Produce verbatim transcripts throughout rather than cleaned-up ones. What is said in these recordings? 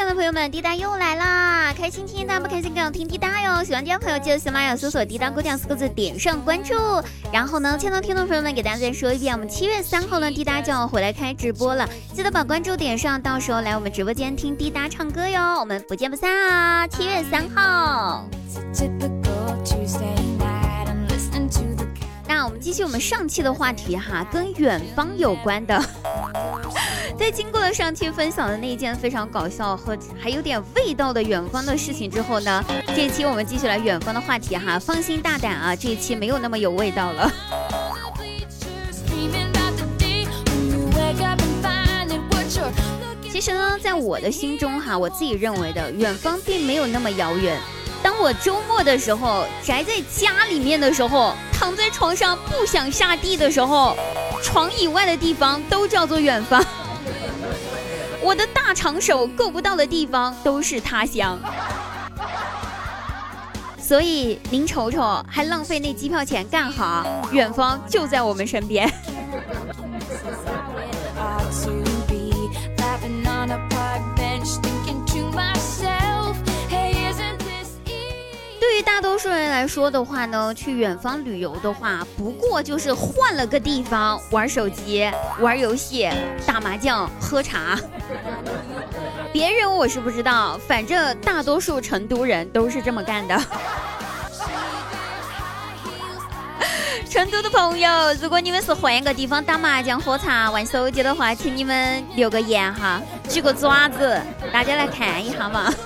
亲爱的朋友们，滴答又来啦！开心听，大家不开心更要听滴答哟。喜欢滴答朋友记得喜马拉雅搜索滴答姑娘四个字，点上关注。然后呢，亲爱的听众朋友们，给大家再说一遍，我们七月三号呢，滴答就要回来开直播了，记得把关注点上，到时候来我们直播间听滴答唱歌哟，我们不见不散啊！七月三号。那我们继续我们上期的话题哈，跟远方有关的。在经过了上期分享的那一件非常搞笑和还有点味道的远方的事情之后呢，这一期我们继续来远方的话题哈，放心大胆啊，这一期没有那么有味道了。其实呢，在我的心中哈，我自己认为的远方并没有那么遥远。当我周末的时候宅在家里面的时候，躺在床上不想下地的时候，床以外的地方都叫做远方。我的大长手够不到的地方都是他乡。所以您瞅瞅，还浪费那机票钱干哈？远方就在我们身边。对于大多数人来说的话呢，去远方旅游的话，不过就是换了个地方玩手机、玩游戏、打麻将、喝茶。别人我是不知道，反正大多数成都人都是这么干的。成都的朋友，如果你们是换个地方打麻将、喝茶、玩手机的话，请你们留个言哈，举个爪子，大家来看一下嘛。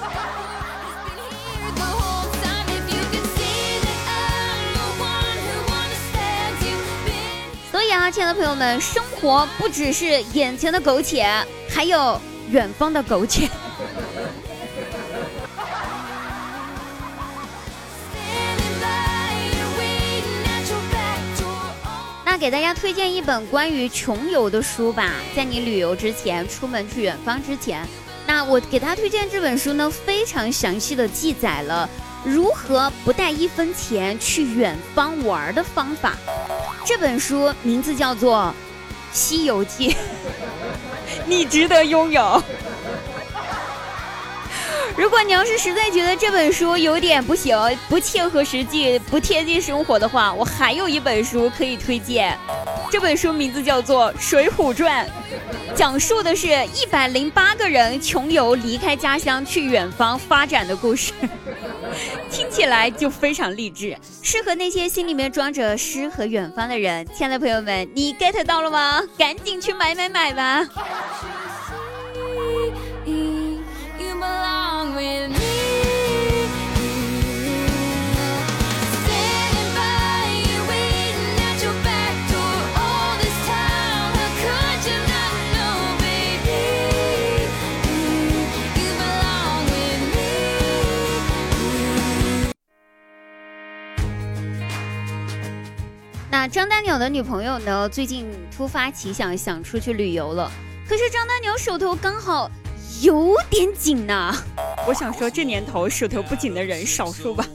所以啊，亲爱的朋友们，生活不只是眼前的苟且，还有远方的苟且。那给大家推荐一本关于穷游的书吧，在你旅游之前，出门去远方之前，那我给大家推荐这本书呢，非常详细的记载了如何不带一分钱去远方玩的方法。这本书名字叫做《西游记》，你值得拥有。如果你要是实在觉得这本书有点不行，不切合实际，不贴近生活的话，我还有一本书可以推荐。这本书名字叫做《水浒传》，讲述的是一百零八个人穷游离开家乡去远方发展的故事。听起来就非常励志，适合那些心里面装着诗和远方的人。亲爱的朋友们，你 get 到了吗？赶紧去买买买吧。那张大鸟的女朋友呢，最近突发奇想，想出去旅游了。可是张大鸟手头刚好有点紧呐、啊。我想说，这年头手头不紧的人少数吧。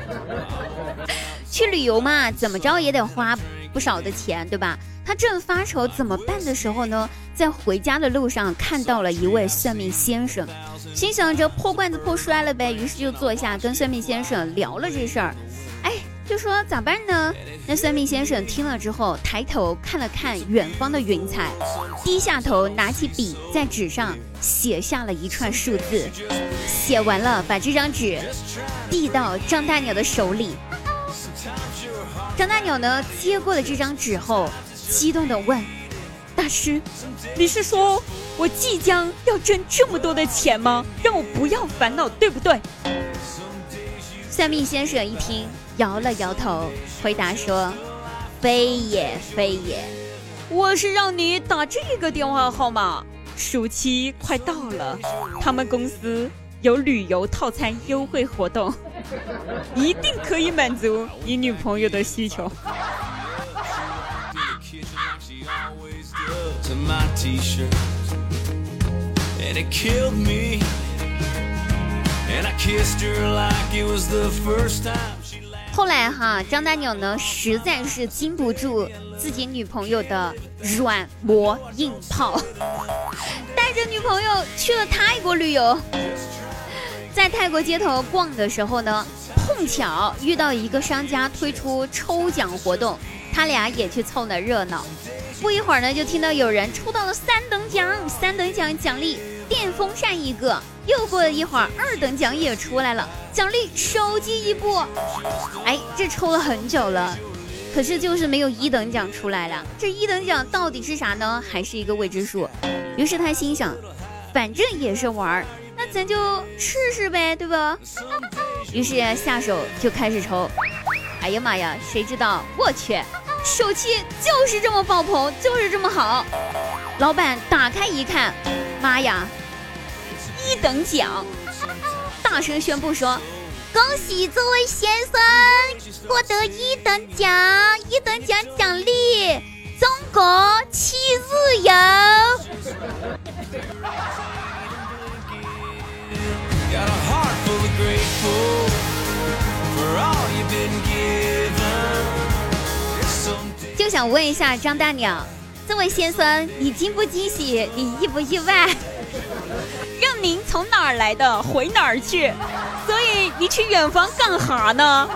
去旅游嘛，怎么着也得花不少的钱，对吧？他正发愁怎么办的时候呢，在回家的路上看到了一位算命先生，心想着破罐子破摔了呗，于是就坐下跟算命先生聊了这事儿。哎，就说咋办呢？那算命先生听了之后，抬头看了看远方的云彩，低下头拿起笔在纸上写下了一串数字，写完了把这张纸递到张大鸟的手里。张大鸟呢接过了这张纸后，激动地问：大师，你是说我即将要挣这么多的钱吗？让我不要烦恼，对不对？算命先生一听，摇了摇头，回答说：非也非也，我是让你打这个电话号码，暑期快到了，他们公司有旅游套餐优惠活动，一定可以满足你女朋友的需求。后来哈，张大鸟呢实在是经不住自己女朋友的软磨硬泡，带着女朋友去了泰国旅游。在泰国街头逛的时候呢，碰巧遇到一个商家推出抽奖活动，他俩也去凑了热闹。不一会儿呢，就听到有人抽到了三等奖，三等奖奖励电风扇一个。又过了一会儿，二等奖也出来了，奖励手机一部。哎，这抽了很久了，可是就是没有一等奖出来了。这一等奖到底是啥呢？还是一个未知数。于是他心想，反正也是玩，那咱就试试呗，对吧？于是下手就开始抽。哎呀妈呀，谁知道，我去，手气就是这么爆棚，就是这么好。老板打开一看，妈呀，一等奖！大声宣布说，恭喜这位先生获得一等奖，一等奖奖励中国七日游。就想问一下张大鸟，这位先生，你惊不惊喜？你意不意外？让您从哪儿来的回哪儿去，所以你去远方干哈呢？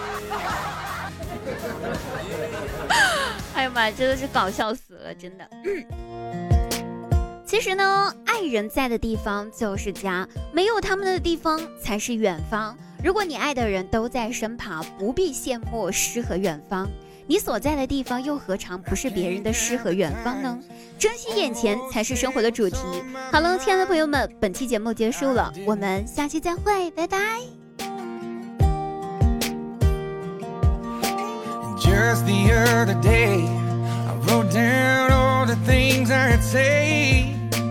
哎呀妈，真的是搞笑死了，真的。其实呢，爱人在的地方就是家，没有他们的地方才是远方。如果你爱的人都在身旁，不必羡慕诗和远方。你所在的地方又何尝不是别人的诗和远方呢？珍惜眼前才是生活的主题。好了，亲爱的朋友们，本期节目结束了，我们下期再会，拜拜。Just the other day, I wrote down all the things I'd say.